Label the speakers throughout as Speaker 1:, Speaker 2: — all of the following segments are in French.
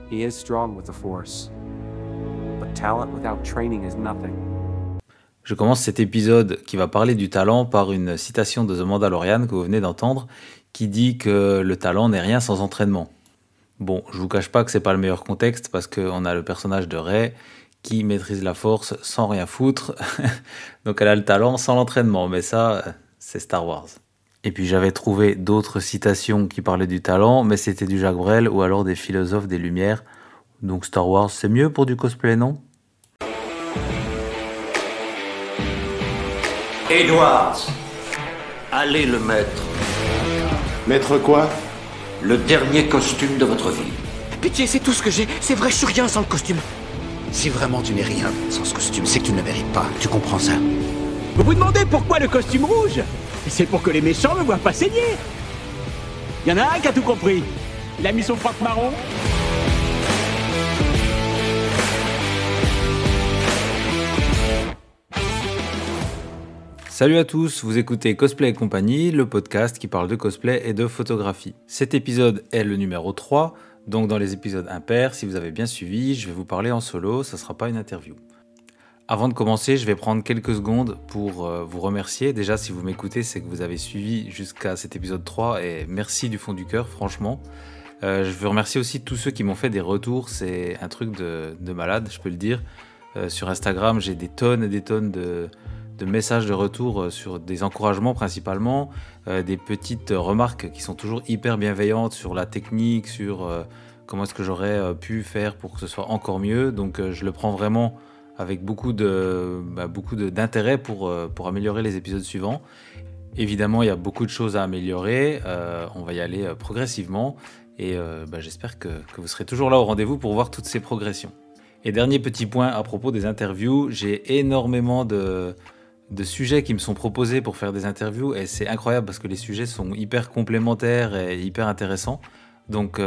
Speaker 1: He is strong with the Force, but talent without training is nothing.
Speaker 2: Je commence cet épisode qui va parler du talent par une citation de The Mandalorian que vous venez d'entendre, qui dit que le talent n'est rien sans entraînement. Bon, je vous cache pas que c'est pas le meilleur contexte parce qu'on a le personnage de Rey qui maîtrise la force sans rien foutre, donc elle a le talent sans l'entraînement, mais ça, c'est Star Wars. Et puis j'avais trouvé d'autres citations qui parlaient du talent, mais c'était du Jacques Brel ou alors des philosophes des Lumières. Donc Star Wars, c'est mieux pour du cosplay, non ?
Speaker 3: Edwards, allez le mettre.
Speaker 4: Mettre quoi?
Speaker 3: Le dernier costume de votre vie.
Speaker 5: Pitié, c'est tout ce que j'ai. C'est vrai, je suis rien sans le costume.
Speaker 6: Si vraiment tu n'es rien sans ce costume, c'est que tu ne le mérites pas. Tu comprends ça?
Speaker 5: Vous vous demandez pourquoi le costume rouge? C'est pour que les méchants ne me voient pas saigner. Y en a un qui a tout compris. Il a mis son froc marron.
Speaker 2: Salut à tous, vous écoutez Cosplay et compagnie, le podcast qui parle de cosplay et de photographie. Cet épisode est le numéro 3, donc dans les épisodes impairs, si vous avez bien suivi, je vais vous parler en solo, ça ne sera pas une interview. Avant de commencer, je vais prendre quelques secondes pour vous remercier. Déjà, si vous m'écoutez, c'est que vous avez suivi jusqu'à cet épisode 3 et merci du fond du cœur, franchement. Je veux remercier aussi tous ceux qui m'ont fait des retours, c'est un truc de malade, je peux le dire. Sur Instagram, j'ai des tonnes et des tonnes de messages de retour sur des encouragements principalement, des petites remarques qui sont toujours hyper bienveillantes sur la technique, sur comment est-ce que j'aurais pu faire pour que ce soit encore mieux. Donc je le prends vraiment avec beaucoup d'intérêt pour améliorer les épisodes suivants. Évidemment, il y a beaucoup de choses à améliorer, on va y aller progressivement et j'espère que vous serez toujours là au rendez-vous pour voir toutes ces progressions. Et dernier petit point à propos des interviews, j'ai énormément de sujets qui me sont proposés pour faire des interviews et c'est incroyable parce que les sujets sont hyper complémentaires et hyper intéressants. Donc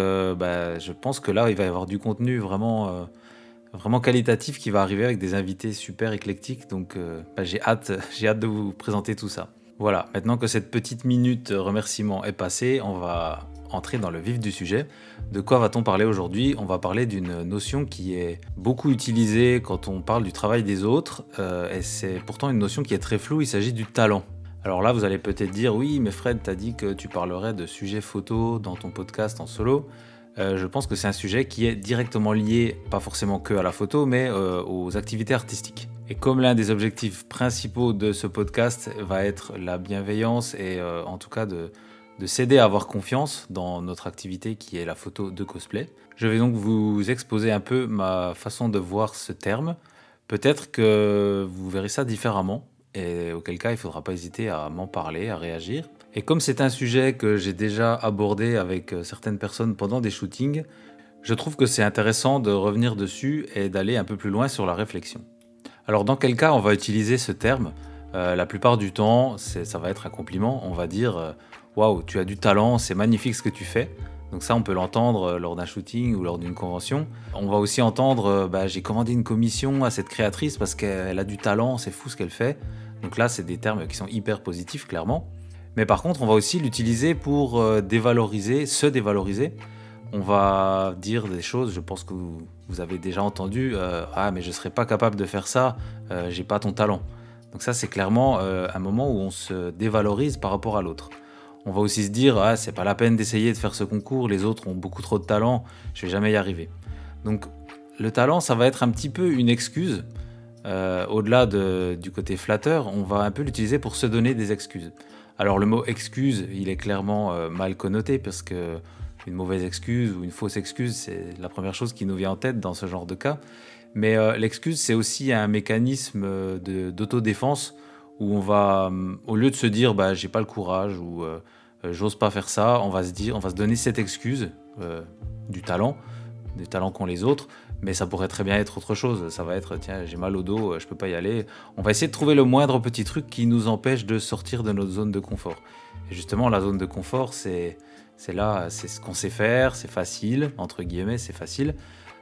Speaker 2: je pense que là, il va y avoir du contenu vraiment qualitatif qui va arriver avec des invités super éclectiques. Donc j'ai hâte de vous présenter tout ça. Voilà, maintenant que cette petite minute remerciement est passée, on va entrer dans le vif du sujet. De quoi va-t-on parler aujourd'hui ? On va parler d'une notion qui est beaucoup utilisée quand on parle du travail des autres, et c'est pourtant une notion qui est très floue, il s'agit du talent. Alors là, vous allez peut-être dire, oui, mais Fred, t'as dit que tu parlerais de sujets photo dans ton podcast en solo. Je pense que c'est un sujet qui est directement lié, pas forcément que à la photo, mais aux activités artistiques. Et comme l'un des objectifs principaux de ce podcast va être la bienveillance et en tout cas de s'aider à avoir confiance dans notre activité qui est la photo de cosplay. Je vais donc vous exposer un peu ma façon de voir ce terme. Peut-être que vous verrez ça différemment, et auquel cas il ne faudra pas hésiter à m'en parler, à réagir. Et comme c'est un sujet que j'ai déjà abordé avec certaines personnes pendant des shootings, je trouve que c'est intéressant de revenir dessus et d'aller un peu plus loin sur la réflexion. Alors dans quel cas on va utiliser ce terme ? La plupart du temps, ça va être un compliment, on va dire waouh, tu as du talent, c'est magnifique ce que tu fais. Donc ça, on peut l'entendre lors d'un shooting ou lors d'une convention. On va aussi entendre j'ai commandé une commission à cette créatrice parce qu'elle a du talent, c'est fou ce qu'elle fait. Donc là, c'est des termes qui sont hyper positifs, clairement. Mais par contre, on va aussi l'utiliser pour dévaloriser, se dévaloriser. On va dire des choses, je pense que vous avez déjà entendu, mais je ne serais pas capable de faire ça, j'ai pas ton talent. Donc ça, c'est clairement un moment où on se dévalorise par rapport à l'autre. On va aussi se dire, c'est pas la peine d'essayer de faire ce concours, les autres ont beaucoup trop de talent, je vais jamais y arriver. Donc le talent, ça va être un petit peu une excuse. Au-delà du côté flatteur, on va un peu l'utiliser pour se donner des excuses. Alors le mot excuse, il est clairement mal connoté parce que une mauvaise excuse ou une fausse excuse, c'est la première chose qui nous vient en tête dans ce genre de cas. Mais l'excuse, c'est aussi un mécanisme d'autodéfense où on va, au lieu de se dire j'ai pas le courage ou j'ose pas faire ça, on va se donner cette excuse du talent qu'ont les autres, mais ça pourrait très bien être autre chose. Ça va être tiens, j'ai mal au dos, je peux pas y aller. On va essayer de trouver le moindre petit truc qui nous empêche de sortir de notre zone de confort. Et justement, la zone de confort, c'est ce qu'on sait faire, c'est facile, entre guillemets, c'est facile.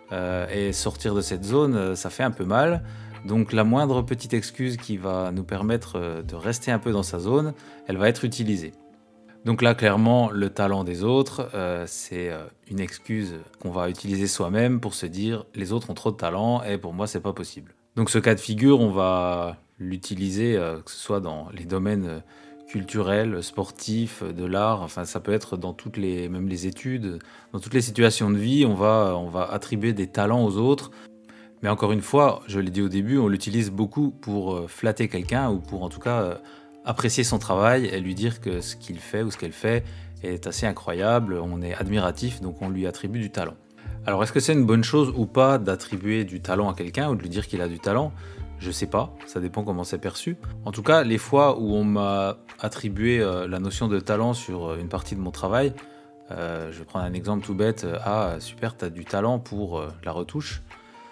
Speaker 2: Et sortir de cette zone, ça fait un peu mal. Donc la moindre petite excuse qui va nous permettre de rester un peu dans sa zone, elle va être utilisée. Donc là, clairement, le talent des autres, c'est une excuse qu'on va utiliser soi-même pour se dire « les autres ont trop de talent et pour moi, c'est pas possible ». Donc ce cas de figure, on va l'utiliser, que ce soit dans les domaines culturels, sportifs, de l'art, enfin ça peut être dans même les études, dans toutes les situations de vie, on va attribuer des talents aux autres. Mais encore une fois, je l'ai dit au début, on l'utilise beaucoup pour flatter quelqu'un ou pour en tout cas apprécier son travail et lui dire que ce qu'il fait ou ce qu'elle fait est assez incroyable, on est admiratif, donc on lui attribue du talent. Alors est-ce que c'est une bonne chose ou pas d'attribuer du talent à quelqu'un ou de lui dire qu'il a du talent ? Je sais pas, ça dépend comment c'est perçu. En tout cas, les fois où on m'a attribué la notion de talent sur une partie de mon travail, je vais prendre un exemple tout bête, super, t'as du talent pour la retouche.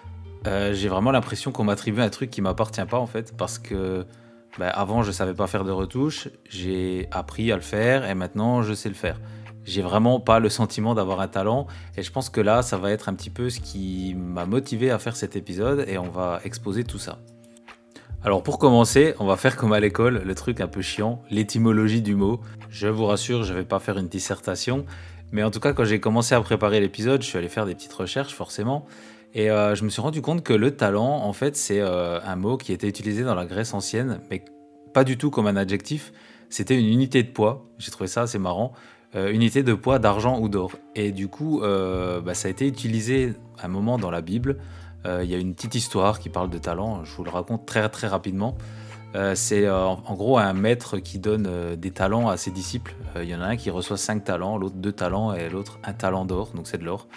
Speaker 2: J'ai vraiment l'impression qu'on m'attribue un truc qui m'appartient pas en fait, parce que avant je savais pas faire de retouche, j'ai appris à le faire et maintenant je sais le faire. J'ai vraiment pas le sentiment d'avoir un talent et je pense que là ça va être un petit peu ce qui m'a motivé à faire cet épisode et on va exposer tout ça. Alors pour commencer, on va faire comme à l'école, le truc un peu chiant, l'étymologie du mot. Je vous rassure, je vais pas faire une dissertation, mais en tout cas quand j'ai commencé à préparer l'épisode, je suis allé faire des petites recherches forcément. Et je me suis rendu compte que le talent, en fait, c'est un mot qui était utilisé dans la Grèce ancienne, mais pas du tout comme un adjectif. C'était une unité de poids. J'ai trouvé ça assez marrant. Unité de poids d'argent ou d'or. Et du coup, ça a été utilisé à un moment dans la Bible. Il y a une petite histoire qui parle de talent. Je vous le raconte très, très rapidement. C'est en gros un maître qui donne des talents à ses disciples. Il y en a un qui reçoit 5 talents, l'autre 2 talents et l'autre 1 talent d'or. Donc c'est de l'or.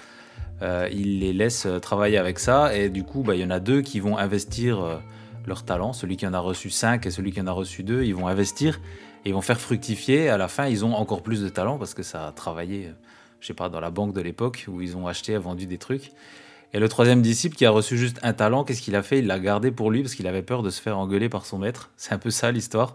Speaker 2: Il les laisse travailler avec ça et du coup il y en a 2 qui vont investir leur talent, celui qui en a reçu 5 et celui qui en a reçu 2, ils vont investir et ils vont faire fructifier. À la fin ils ont encore plus de talent parce que ça a travaillé, je sais pas, dans la banque de l'époque où ils ont acheté et vendu des trucs. Et le 3e disciple qui a reçu juste 1 talent, qu'est-ce qu'il a fait ? Il l'a gardé pour lui parce qu'il avait peur de se faire engueuler par son maître. C'est un peu ça l'histoire.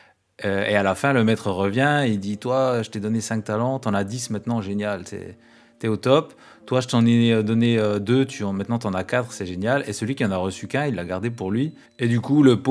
Speaker 2: Et à la fin le maître revient, il dit « Toi je t'ai donné 5 talents, t'en as 10 maintenant, génial, t'es au top. Toi, je t'en ai donné 2, maintenant t'en as 4, c'est génial. » Et celui qui en a reçu qu'1, il l'a gardé pour lui. Et du coup, le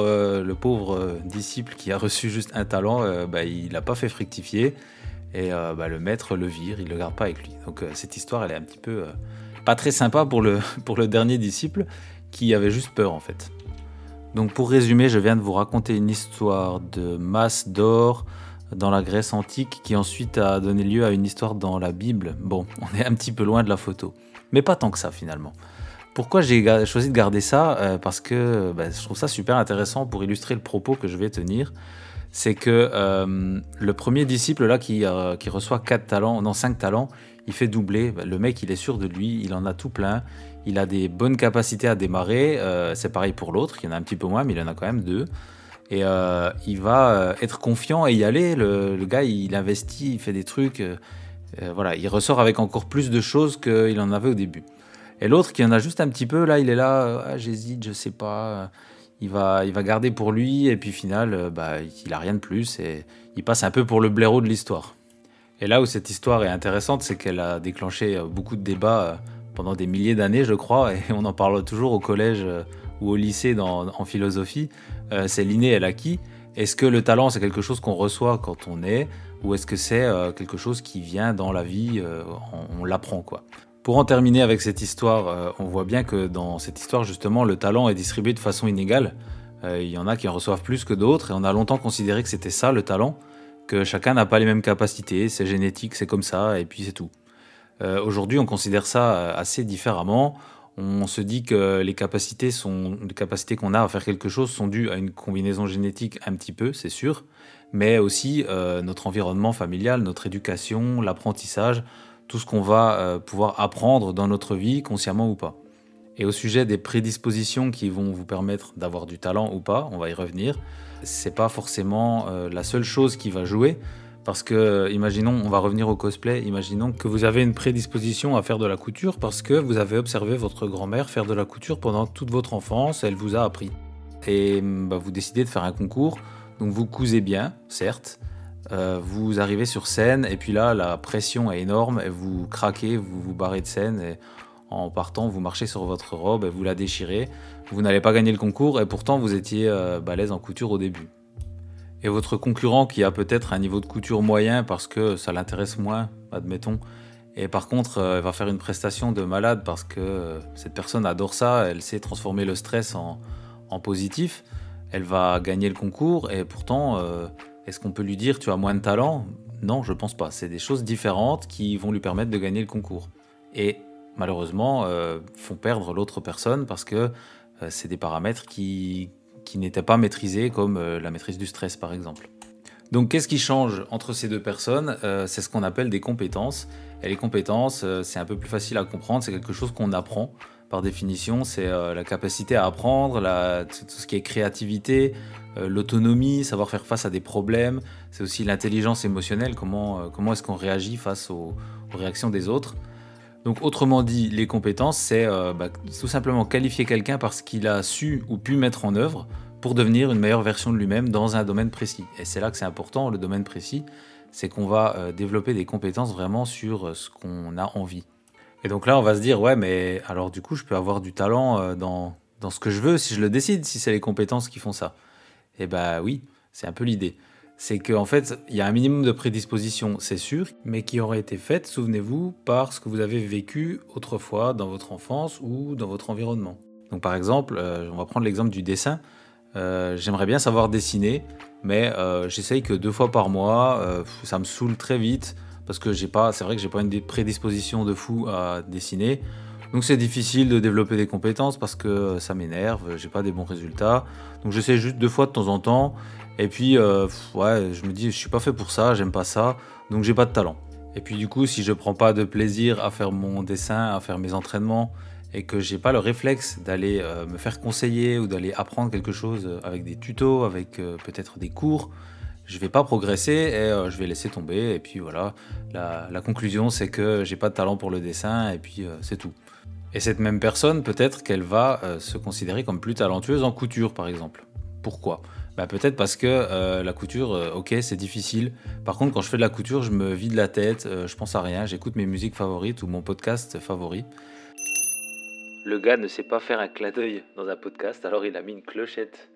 Speaker 2: pauvre disciple qui a reçu juste 1 talent, il l'a pas fait fructifier. Et le maître le vire, il le garde pas avec lui. Donc cette histoire, elle est un petit peu pas très sympa pour le dernier disciple qui avait juste peur en fait. Donc pour résumer, je viens de vous raconter une histoire de masse d'or dans la Grèce antique qui ensuite a donné lieu à une histoire dans la Bible. Bon, on est un petit peu loin de la photo, mais pas tant que ça finalement. Pourquoi j'ai choisi de garder ça ? Parce que je trouve ça super intéressant pour illustrer le propos que je vais tenir. C'est que le premier disciple là qui reçoit 5 talents, il fait doubler. Le mec, il est sûr de lui, il en a tout plein. Il a des bonnes capacités à démarrer. C'est pareil pour l'autre, il y en a un petit peu moins, mais il en a quand même 2. Et il va être confiant et y aller. Le gars, il investit, il fait des trucs. Il ressort avec encore plus de choses qu'il en avait au début. Et l'autre qui en a juste un petit peu, là, il est là, j'hésite, je sais pas. Il va garder pour lui et puis au final, il a rien de plus et il passe un peu pour le blaireau de l'histoire. Et là où cette histoire est intéressante, c'est qu'elle a déclenché beaucoup de débats pendant des milliers d'années, je crois, et on en parle toujours au collège ou au lycée en philosophie. C'est l'inné et l'acquis. Est-ce que le talent, c'est quelque chose qu'on reçoit quand on est, ou est-ce que c'est quelque chose qui vient dans la vie, on l'apprend quoi. Pour en terminer avec cette histoire, on voit bien que dans cette histoire, justement, le talent est distribué de façon inégale. Il y en a qui en reçoivent plus que d'autres, et on a longtemps considéré que c'était ça, le talent, que chacun n'a pas les mêmes capacités, c'est génétique, c'est comme ça, et puis c'est tout. Aujourd'hui, on considère ça assez différemment. On se dit que les capacités qu'on a à faire quelque chose sont dues à une combinaison génétique un petit peu, c'est sûr, mais aussi notre environnement familial, notre éducation, l'apprentissage, tout ce qu'on va pouvoir apprendre dans notre vie, consciemment ou pas. Et au sujet des prédispositions qui vont vous permettre d'avoir du talent ou pas, on va y revenir, c'est pas forcément la seule chose qui va jouer, parce que, imaginons, on va revenir au cosplay, imaginons que vous avez une prédisposition à faire de la couture parce que vous avez observé votre grand-mère faire de la couture pendant toute votre enfance, elle vous a appris. Et vous décidez de faire un concours, donc vous cousez bien, certes, vous arrivez sur scène et puis là la pression est énorme et vous craquez, vous vous barrez de scène et en partant vous marchez sur votre robe et vous la déchirez. Vous n'allez pas gagner le concours et pourtant vous étiez balèze en couture au début. Et votre concurrent qui a peut-être un niveau de couture moyen parce que ça l'intéresse moins, admettons, et par contre va faire une prestation de malade parce que cette personne adore ça, elle sait transformer le stress en positif, elle va gagner le concours et pourtant, est-ce qu'on peut lui dire tu as moins de talent ? Non, je pense pas. C'est des choses différentes qui vont lui permettre de gagner le concours. Et malheureusement, font perdre l'autre personne parce que c'est des paramètres qui n'étaient pas maîtrisés, comme la maîtrise du stress par exemple. Donc qu'est-ce qui change entre ces deux personnes ? C'est ce qu'on appelle des compétences. Et les compétences, c'est un peu plus facile à comprendre, c'est quelque chose qu'on apprend. Par définition, c'est la capacité à apprendre, tout ce qui est créativité, l'autonomie, savoir faire face à des problèmes. C'est aussi l'intelligence émotionnelle, comment est-ce qu'on réagit face aux réactions des autres. Donc autrement dit, les compétences, c'est tout simplement qualifier quelqu'un parce qu'il a su ou pu mettre en œuvre pour devenir une meilleure version de lui-même dans un domaine précis. Et c'est là que c'est important, le domaine précis, c'est qu'on va développer des compétences vraiment sur ce qu'on a envie. Et donc là, on va se dire, ouais, mais alors du coup, je peux avoir du talent dans ce que je veux si je le décide, si c'est les compétences qui font ça. Et oui, c'est un peu l'idée. C'est qu'en fait, il y a un minimum de prédisposition, c'est sûr, mais qui aurait été faite, souvenez-vous, par ce que vous avez vécu autrefois dans votre enfance ou dans votre environnement. Donc par exemple, on va prendre l'exemple du dessin. J'aimerais bien savoir dessiner, mais j'essaye que 2 fois par mois, ça me saoule très vite, parce que c'est vrai que j'ai pas une prédisposition de fou à dessiner. Donc c'est difficile de développer des compétences parce que ça m'énerve, j'ai pas des bons résultats. Donc j'essaie juste 2 fois de temps en temps. Et puis je me dis je suis pas fait pour ça, j'aime pas ça, donc j'ai pas de talent. Et puis du coup, si je prends pas de plaisir à faire mon dessin, à faire mes entraînements, et que j'ai pas le réflexe d'aller me faire conseiller ou d'aller apprendre quelque chose avec des tutos, avec peut-être des cours, je vais pas progresser et je vais laisser tomber. Et puis voilà, la conclusion c'est que j'ai pas de talent pour le dessin et puis c'est tout. Et cette même personne, peut-être qu'elle va se considérer comme plus talentueuse en couture par exemple. Pourquoi ? Peut-être parce que la couture, ok, c'est difficile. Par contre, quand je fais de la couture, je me vide la tête, je pense à rien, j'écoute mes musiques favorites ou mon podcast favori. Le gars ne sait pas faire un clin d'œil dans un podcast, alors il a mis une clochette.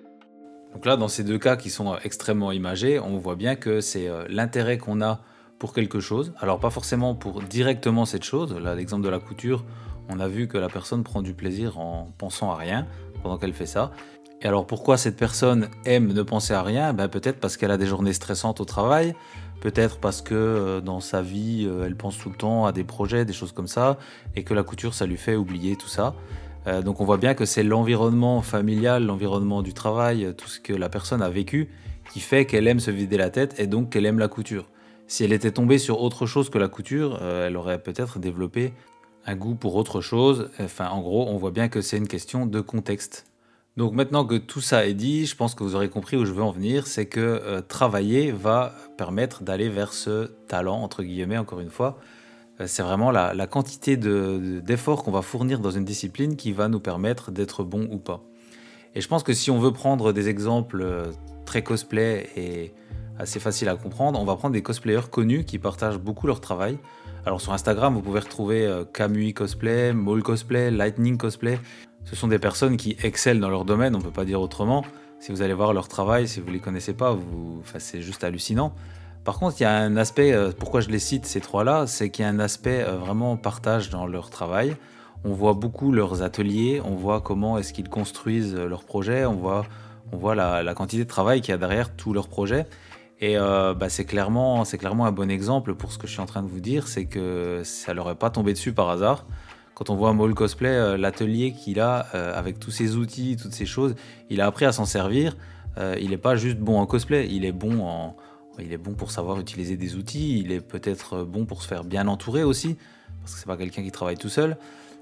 Speaker 2: Donc là, dans ces 2 cas qui sont extrêmement imagés, on voit bien que c'est l'intérêt qu'on a pour quelque chose. Alors pas forcément pour directement cette chose. Là, l'exemple de la couture, on a vu que la personne prend du plaisir en pensant à rien pendant qu'elle fait ça. Et alors pourquoi cette personne aime ne penser à rien ? Peut-être parce qu'elle a des journées stressantes au travail, peut-être parce que dans sa vie, elle pense tout le temps à des projets, des choses comme ça, et que la couture, ça lui fait oublier tout ça. Donc on voit bien que c'est l'environnement familial, l'environnement du travail, tout ce que la personne a vécu, qui fait qu'elle aime se vider la tête et donc qu'elle aime la couture. Si elle était tombée sur autre chose que la couture, elle aurait peut-être développé un goût pour autre chose. Enfin, en gros, on voit bien que c'est une question de contexte. Donc maintenant que tout ça est dit, je pense que vous aurez compris où je veux en venir, c'est que travailler va permettre d'aller vers ce talent, entre guillemets, encore une fois. C'est vraiment la quantité d'efforts qu'on va fournir dans une discipline qui va nous permettre d'être bon ou pas. Et je pense que si on veut prendre des exemples très cosplay et assez faciles à comprendre, on va prendre des cosplayers connus qui partagent beaucoup leur travail. Alors sur Instagram, vous pouvez retrouver Kamui Cosplay, Maul Cosplay, Lightning Cosplay. Ce sont des personnes qui excellent dans leur domaine, on ne peut pas dire autrement. Si vous allez voir leur travail, si vous ne les connaissez pas, c'est juste hallucinant. Par contre, il y a un aspect, pourquoi je les cite ces 3-là, c'est qu'il y a un aspect vraiment partage dans leur travail. On voit beaucoup leurs ateliers, on voit comment est-ce qu'ils construisent leurs projets, on voit la quantité de travail qu'il y a derrière tous leurs projets. Et c'est clairement un bon exemple pour ce que je suis en train de vous dire, c'est que ça leur est pas tombé dessus par hasard. Quand on voit Maul Cosplay, l'atelier qu'il a avec tous ses outils, toutes ces choses, il a appris à s'en servir. Il n'est pas juste bon en cosplay, il est bon pour savoir utiliser des outils, il est peut-être bon pour se faire bien entourer aussi, parce que c'est pas quelqu'un qui travaille tout seul.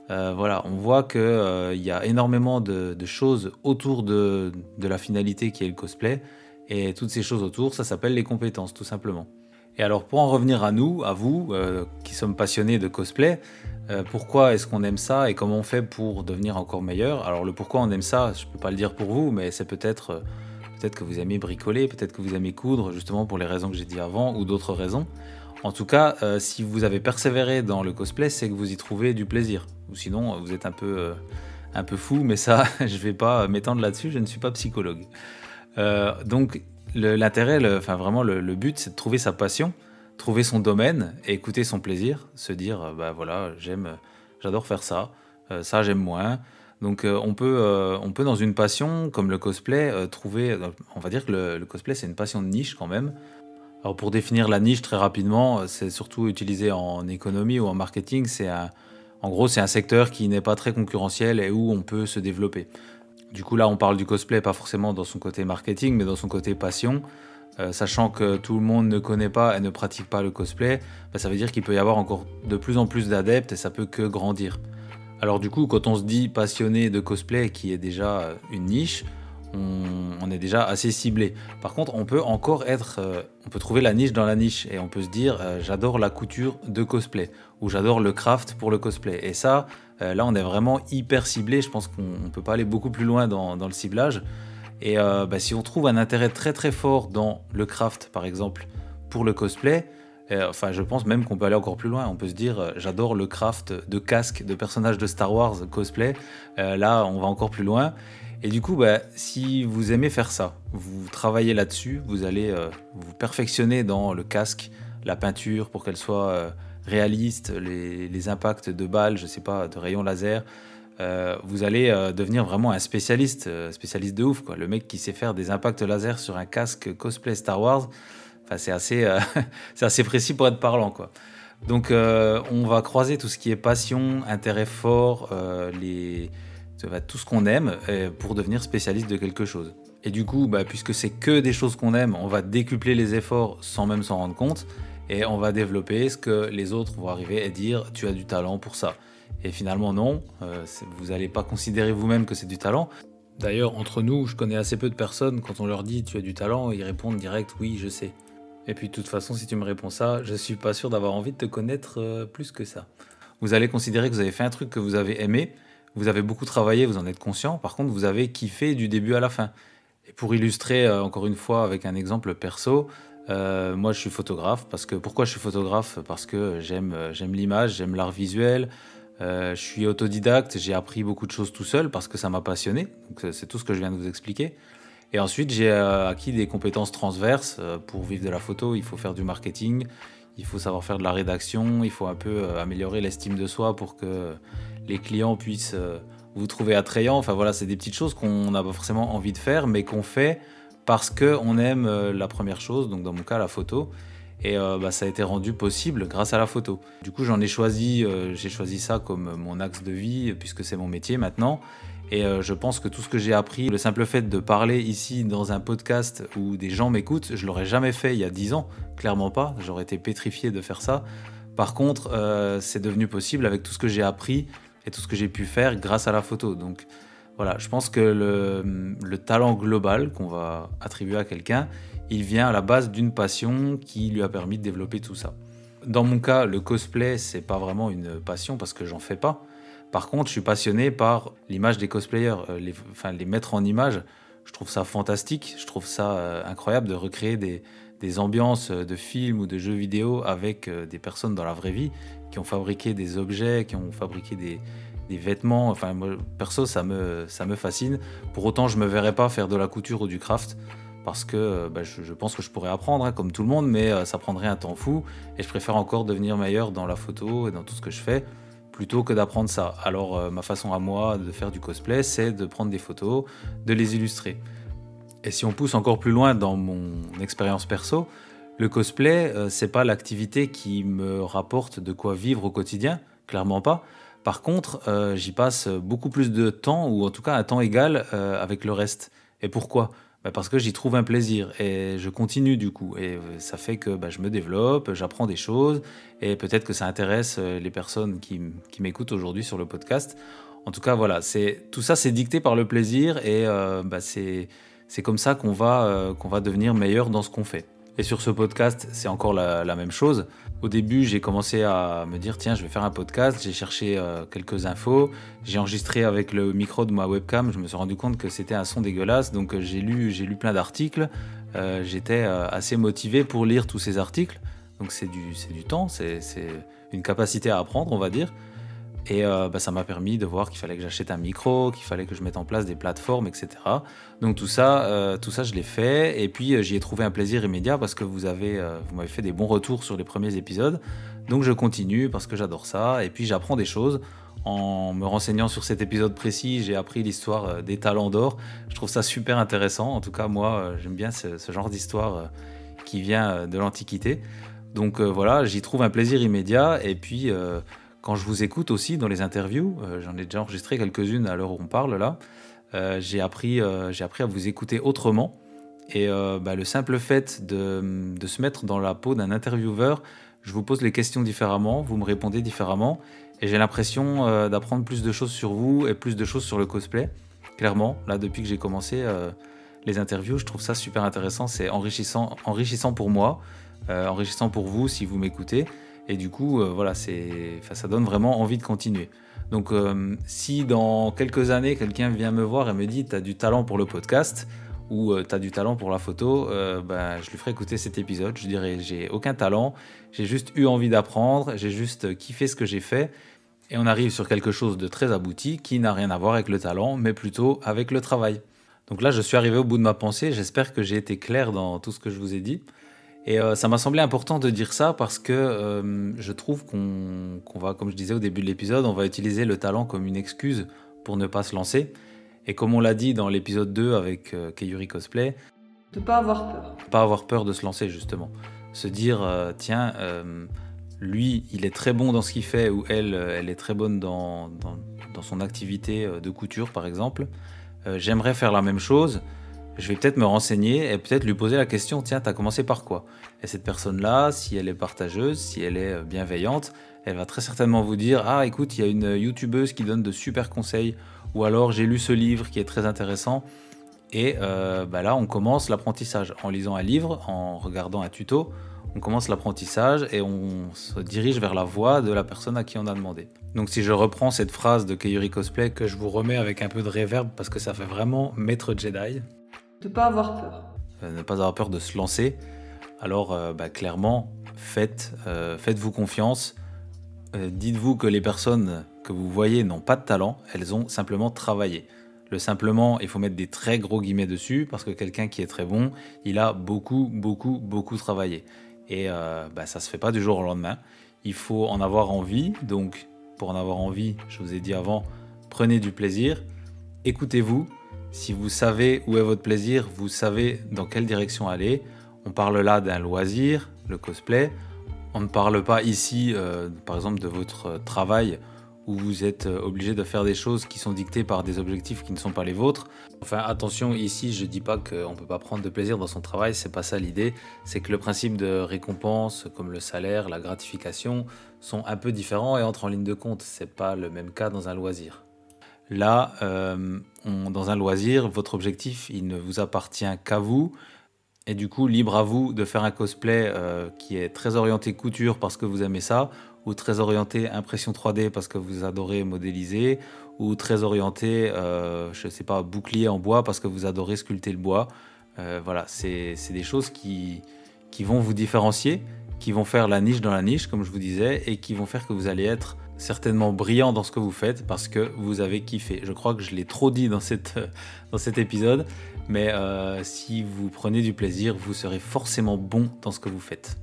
Speaker 2: On voit qu'il y a énormément de choses autour de la finalité qui est le cosplay, et toutes ces choses autour, ça s'appelle les compétences, tout simplement. Et alors pour en revenir à nous, à vous, qui sommes passionnés de cosplay, pourquoi est-ce qu'on aime ça et comment on fait pour devenir encore meilleur ? Alors le pourquoi on aime ça, je ne peux pas le dire pour vous, mais c'est peut-être que vous aimez bricoler, peut-être que vous aimez coudre, justement pour les raisons que j'ai dit avant, ou d'autres raisons. En tout cas, si vous avez persévéré dans le cosplay, c'est que vous y trouvez du plaisir. Ou sinon, vous êtes un peu fou, mais ça, je ne vais pas m'étendre là-dessus, je ne suis pas psychologue. Donc, L'intérêt, vraiment le but, c'est de trouver sa passion, trouver son domaine et écouter son plaisir, se dire voilà, j'adore faire ça, ça j'aime moins. Donc on peut dans une passion comme le cosplay trouver, on va dire que le cosplay c'est une passion de niche quand même. Alors pour définir la niche très rapidement, c'est surtout utilisé en économie ou en marketing. En gros, c'est un secteur qui n'est pas très concurrentiel et où on peut se développer. Du coup, là, on parle du cosplay, pas forcément dans son côté marketing, mais dans son côté passion. Sachant que tout le monde ne connaît pas et ne pratique pas le cosplay, ça veut dire qu'il peut y avoir encore de plus en plus d'adeptes et ça peut que grandir. Alors du coup, quand on se dit passionné de cosplay, qui est déjà une niche, on est déjà assez ciblé. Par contre, on peut trouver la niche dans la niche et on peut se dire j'adore la couture de cosplay ou j'adore le craft pour le cosplay. Et ça, là, on est vraiment hyper ciblé. Je pense qu'on ne peut pas aller beaucoup plus loin dans le ciblage. Et si on trouve un intérêt très très fort dans le craft, par exemple, pour le cosplay, je pense même qu'on peut aller encore plus loin. On peut se dire j'adore le craft de casques de personnages de Star Wars cosplay. Là, on va encore plus loin. Et du coup, si vous aimez faire ça, vous travaillez là-dessus, vous allez vous perfectionner dans le casque, la peinture pour qu'elle soit réaliste, les impacts de balles, je sais pas, de rayons laser. Vous allez devenir vraiment un spécialiste de ouf, quoi. Le mec qui sait faire des impacts laser sur un casque cosplay Star Wars, c'est assez précis pour être parlant, quoi. Donc on va croiser tout ce qui est passion, intérêt fort, tout ce qu'on aime pour devenir spécialiste de quelque chose. Et du coup, puisque c'est que des choses qu'on aime, on va décupler les efforts sans même s'en rendre compte et on va développer ce que les autres vont arriver et dire tu as du talent pour ça. Et finalement non, vous n'allez pas considérer vous-même que c'est du talent. D'ailleurs, entre nous, je connais assez peu de personnes, quand on leur dit tu as du talent, ils répondent direct oui, je sais. Et puis de toute façon, si tu me réponds ça, je suis pas sûr d'avoir envie de te connaître plus que ça. Vous allez considérer que vous avez fait un truc que vous avez aimé, vous avez beaucoup travaillé, vous en êtes conscient, par contre vous avez kiffé du début à la fin. Et pour illustrer encore une fois avec un exemple perso, moi je suis photographe, pourquoi je suis photographe ? Parce que j'aime l'image, j'aime l'art visuel, je suis autodidacte, j'ai appris beaucoup de choses tout seul parce que ça m'a passionné, donc c'est tout ce que je viens de vous expliquer. Et ensuite j'ai acquis des compétences transverses, pour vivre de la photo il faut faire du marketing, il faut savoir faire de la rédaction, il faut un peu améliorer l'estime de soi pour que les clients puissent vous trouver attrayant. Enfin voilà, c'est des petites choses qu'on n'a pas forcément envie de faire, mais qu'on fait parce qu'on aime la première chose, donc dans mon cas la photo. Et ça a été rendu possible grâce à la photo. Du coup, j'ai choisi ça comme mon axe de vie, puisque c'est mon métier maintenant. Et je pense que tout ce que j'ai appris, le simple fait de parler ici dans un podcast où des gens m'écoutent, je ne l'aurais jamais fait il y a 10 ans, clairement pas. J'aurais été pétrifié de faire ça. Par contre, c'est devenu possible avec tout ce que j'ai appris et tout ce que j'ai pu faire grâce à la photo. Donc voilà, je pense que le talent global qu'on va attribuer à quelqu'un, il vient à la base d'une passion qui lui a permis de développer tout ça. Dans mon cas, le cosplay, c'est pas vraiment une passion parce que j'en fais pas. Par contre, je suis passionné par l'image des cosplayers, les mettre en image. Je trouve ça fantastique, je trouve ça incroyable de recréer des ambiances de films ou de jeux vidéo avec des personnes dans la vraie vie qui ont fabriqué des objets, qui ont fabriqué des vêtements. Enfin, moi, perso, ça me fascine. Pour autant, je me verrais pas faire de la couture ou du craft parce que je pense que je pourrais apprendre, comme tout le monde, mais ça prendrait un temps fou et je préfère encore devenir meilleur dans la photo et dans tout ce que je fais plutôt que d'apprendre ça. Alors, ma façon à moi de faire du cosplay, c'est de prendre des photos, de les illustrer. Et si on pousse encore plus loin dans mon expérience perso, le cosplay, c'est pas l'activité qui me rapporte de quoi vivre au quotidien, clairement pas. Par contre, j'y passe beaucoup plus de temps, ou en tout cas un temps égal avec le reste. Et pourquoi ? Parce que j'y trouve un plaisir et je continue du coup. Et ça fait que je me développe, j'apprends des choses et peut-être que ça intéresse les personnes qui m'écoutent aujourd'hui sur le podcast. En tout cas, voilà, tout ça c'est dicté par le plaisir et c'est comme ça qu'on va devenir meilleur dans ce qu'on fait. Et sur ce podcast, c'est encore la même chose. Au début, j'ai commencé à me dire, tiens, je vais faire un podcast. J'ai cherché quelques infos. J'ai enregistré avec le micro de ma webcam. Je me suis rendu compte que c'était un son dégueulasse. Donc, j'ai lu plein d'articles. J'étais assez motivé pour lire tous ces articles. Donc, c'est du temps. C'est une capacité à apprendre, on va dire. Et ça m'a permis de voir qu'il fallait que j'achète un micro, qu'il fallait que je mette en place des plateformes, etc. Donc tout ça, je l'ai fait. Et puis j'y ai trouvé un plaisir immédiat parce que vous m'avez fait des bons retours sur les premiers épisodes. Donc je continue parce que j'adore ça. Et puis j'apprends des choses. En me renseignant sur cet épisode précis, j'ai appris l'histoire des talents d'or. Je trouve ça super intéressant. En tout cas, moi, j'aime bien ce genre d'histoire qui vient de l'Antiquité. Donc voilà, j'y trouve un plaisir immédiat. Et puis... quand je vous écoute aussi dans les interviews, j'en ai déjà enregistré quelques-unes à l'heure où on parle là, j'ai appris à vous écouter autrement. Et le simple fait de se mettre dans la peau d'un intervieweur, je vous pose les questions différemment, vous me répondez différemment, et j'ai l'impression d'apprendre plus de choses sur vous et plus de choses sur le cosplay. Clairement, là depuis que j'ai commencé les interviews, je trouve ça super intéressant, c'est enrichissant pour moi, enrichissant pour vous si vous m'écoutez. Et du coup, ça donne vraiment envie de continuer. Donc, si dans quelques années, quelqu'un vient me voir et me dit « t'as du talent pour le podcast » ou « t'as du talent pour la photo », je lui ferai écouter cet épisode. Je dirai « j'ai aucun talent, j'ai juste eu envie d'apprendre, j'ai juste kiffé ce que j'ai fait ». Et on arrive sur quelque chose de très abouti qui n'a rien à voir avec le talent, mais plutôt avec le travail. Donc là, je suis arrivé au bout de ma pensée. J'espère que j'ai été clair dans tout ce que je vous ai dit. Et ça m'a semblé important de dire ça parce que je trouve qu'on va, comme je disais au début de l'épisode, on va utiliser le talent comme une excuse pour ne pas se lancer. Et comme on l'a dit dans l'épisode 2 avec Keyuri Cosplay,
Speaker 7: de pas avoir peur.
Speaker 2: Pas avoir peur de se lancer justement. Se dire, lui, il est très bon dans ce qu'il fait ou elle est très bonne dans son activité de couture par exemple. J'aimerais faire la même chose. Je vais peut-être me renseigner et peut-être lui poser la question, tiens, t'as commencé par quoi ? Et cette personne-là, si elle est partageuse, si elle est bienveillante, elle va très certainement vous dire, ah écoute, il y a une youtubeuse qui donne de super conseils, ou alors j'ai lu ce livre qui est très intéressant. Et là, on commence l'apprentissage. En lisant un livre, en regardant un tuto, on commence l'apprentissage et on se dirige vers la voie de la personne à qui on a demandé. Donc si je reprends cette phrase de Keyuri Cosplay, que je vous remets avec un peu de reverb parce que ça fait vraiment maître Jedi,
Speaker 7: de pas avoir peur.
Speaker 2: Ne pas avoir peur de se lancer. Alors clairement, faites-vous confiance. Dites-vous que les personnes que vous voyez n'ont pas de talent, elles ont simplement travaillé. Le simplement, il faut mettre des très gros guillemets dessus parce que quelqu'un qui est très bon, il a beaucoup travaillé. Et ça se fait pas du jour au lendemain. Il faut en avoir envie. Donc pour en avoir envie, je vous ai dit avant, prenez du plaisir, écoutez-vous. Si vous savez où est votre plaisir, vous savez dans quelle direction aller. On parle là d'un loisir, le cosplay. On ne parle pas ici, par exemple, de votre travail où vous êtes obligé de faire des choses qui sont dictées par des objectifs qui ne sont pas les vôtres. Enfin, attention, ici, je ne dis pas qu'on ne peut pas prendre de plaisir dans son travail, c'est pas ça l'idée. C'est que le principe de récompense, comme le salaire, la gratification, sont un peu différents et entrent en ligne de compte. C'est pas le même cas dans un loisir. Là, dans un loisir, votre objectif, il ne vous appartient qu'à vous. Et du coup, libre à vous de faire un cosplay qui est très orienté couture parce que vous aimez ça, ou très orienté impression 3D parce que vous adorez modéliser, ou très orienté, bouclier en bois parce que vous adorez sculpter le bois. C'est des choses qui vont vous différencier, qui vont faire la niche dans la niche, comme je vous disais, et qui vont faire que vous allez être certainement brillant dans ce que vous faites parce que vous avez kiffé. Je crois que je l'ai trop dit dans cet épisode, mais si vous prenez du plaisir, vous serez forcément bon dans ce que vous faites.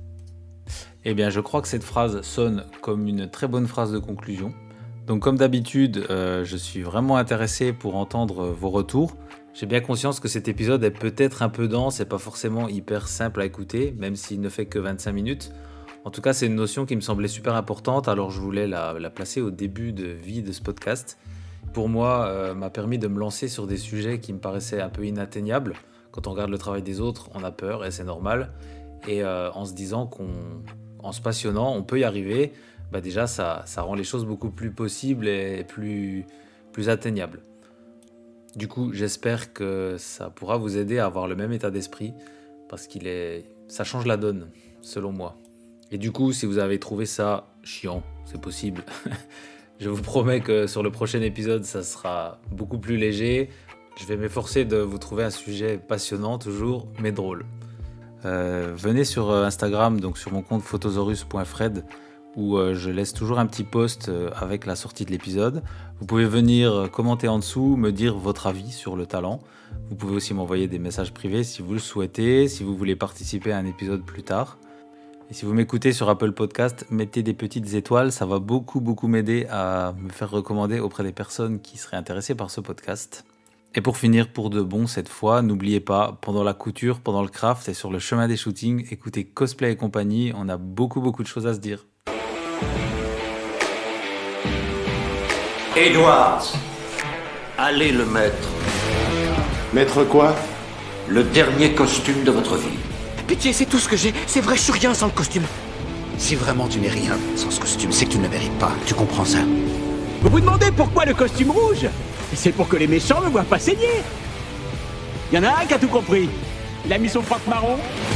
Speaker 2: Eh bien, je crois que cette phrase sonne comme une très bonne phrase de conclusion. Donc, comme d'habitude, je suis vraiment intéressé pour entendre vos retours. J'ai bien conscience que cet épisode est peut-être un peu dense et pas forcément hyper simple à écouter, même s'il ne fait que 25 minutes. En tout cas, c'est une notion qui me semblait super importante, alors je voulais la placer au début de vie de ce podcast. Pour moi, m'a permis de me lancer sur des sujets qui me paraissaient un peu inatteignables. Quand on regarde le travail des autres, on a peur et c'est normal. Et en se disant qu'en se passionnant, on peut y arriver, déjà ça rend les choses beaucoup plus possibles et plus atteignables. Du coup, j'espère que ça pourra vous aider à avoir le même état d'esprit, parce ça change la donne, selon moi. Et du coup, si vous avez trouvé ça chiant, c'est possible. Je vous promets que sur le prochain épisode, ça sera beaucoup plus léger. Je vais m'efforcer de vous trouver un sujet passionnant toujours, mais drôle. Venez sur Instagram, donc sur mon compte photosaurus.fred, où je laisse toujours un petit post avec la sortie de l'épisode. Vous pouvez venir commenter en dessous, me dire votre avis sur le talent. Vous pouvez aussi m'envoyer des messages privés si vous le souhaitez, si vous voulez participer à un épisode plus tard. Et si vous m'écoutez sur Apple Podcast, mettez des petites étoiles, ça va beaucoup m'aider à me faire recommander auprès des personnes qui seraient intéressées par ce podcast. Et pour finir pour de bon cette fois, n'oubliez pas, pendant la couture, pendant le craft et sur le chemin des shootings, écoutez Cosplay et compagnie, on a beaucoup de choses à se dire.
Speaker 3: Edwards, allez le mettre.
Speaker 4: Mettre quoi?
Speaker 3: Le dernier costume de votre vie.
Speaker 6: Pitié, c'est tout ce que j'ai. C'est vrai, je suis rien sans le costume. Si vraiment tu n'es rien sans ce costume, c'est que tu ne le mérites pas. Tu comprends ça?
Speaker 5: Vous vous demandez pourquoi le costume rouge? C'est pour que les méchants ne voient pas saigner. Il y en a un qui a tout compris. Il a mis son froc marron,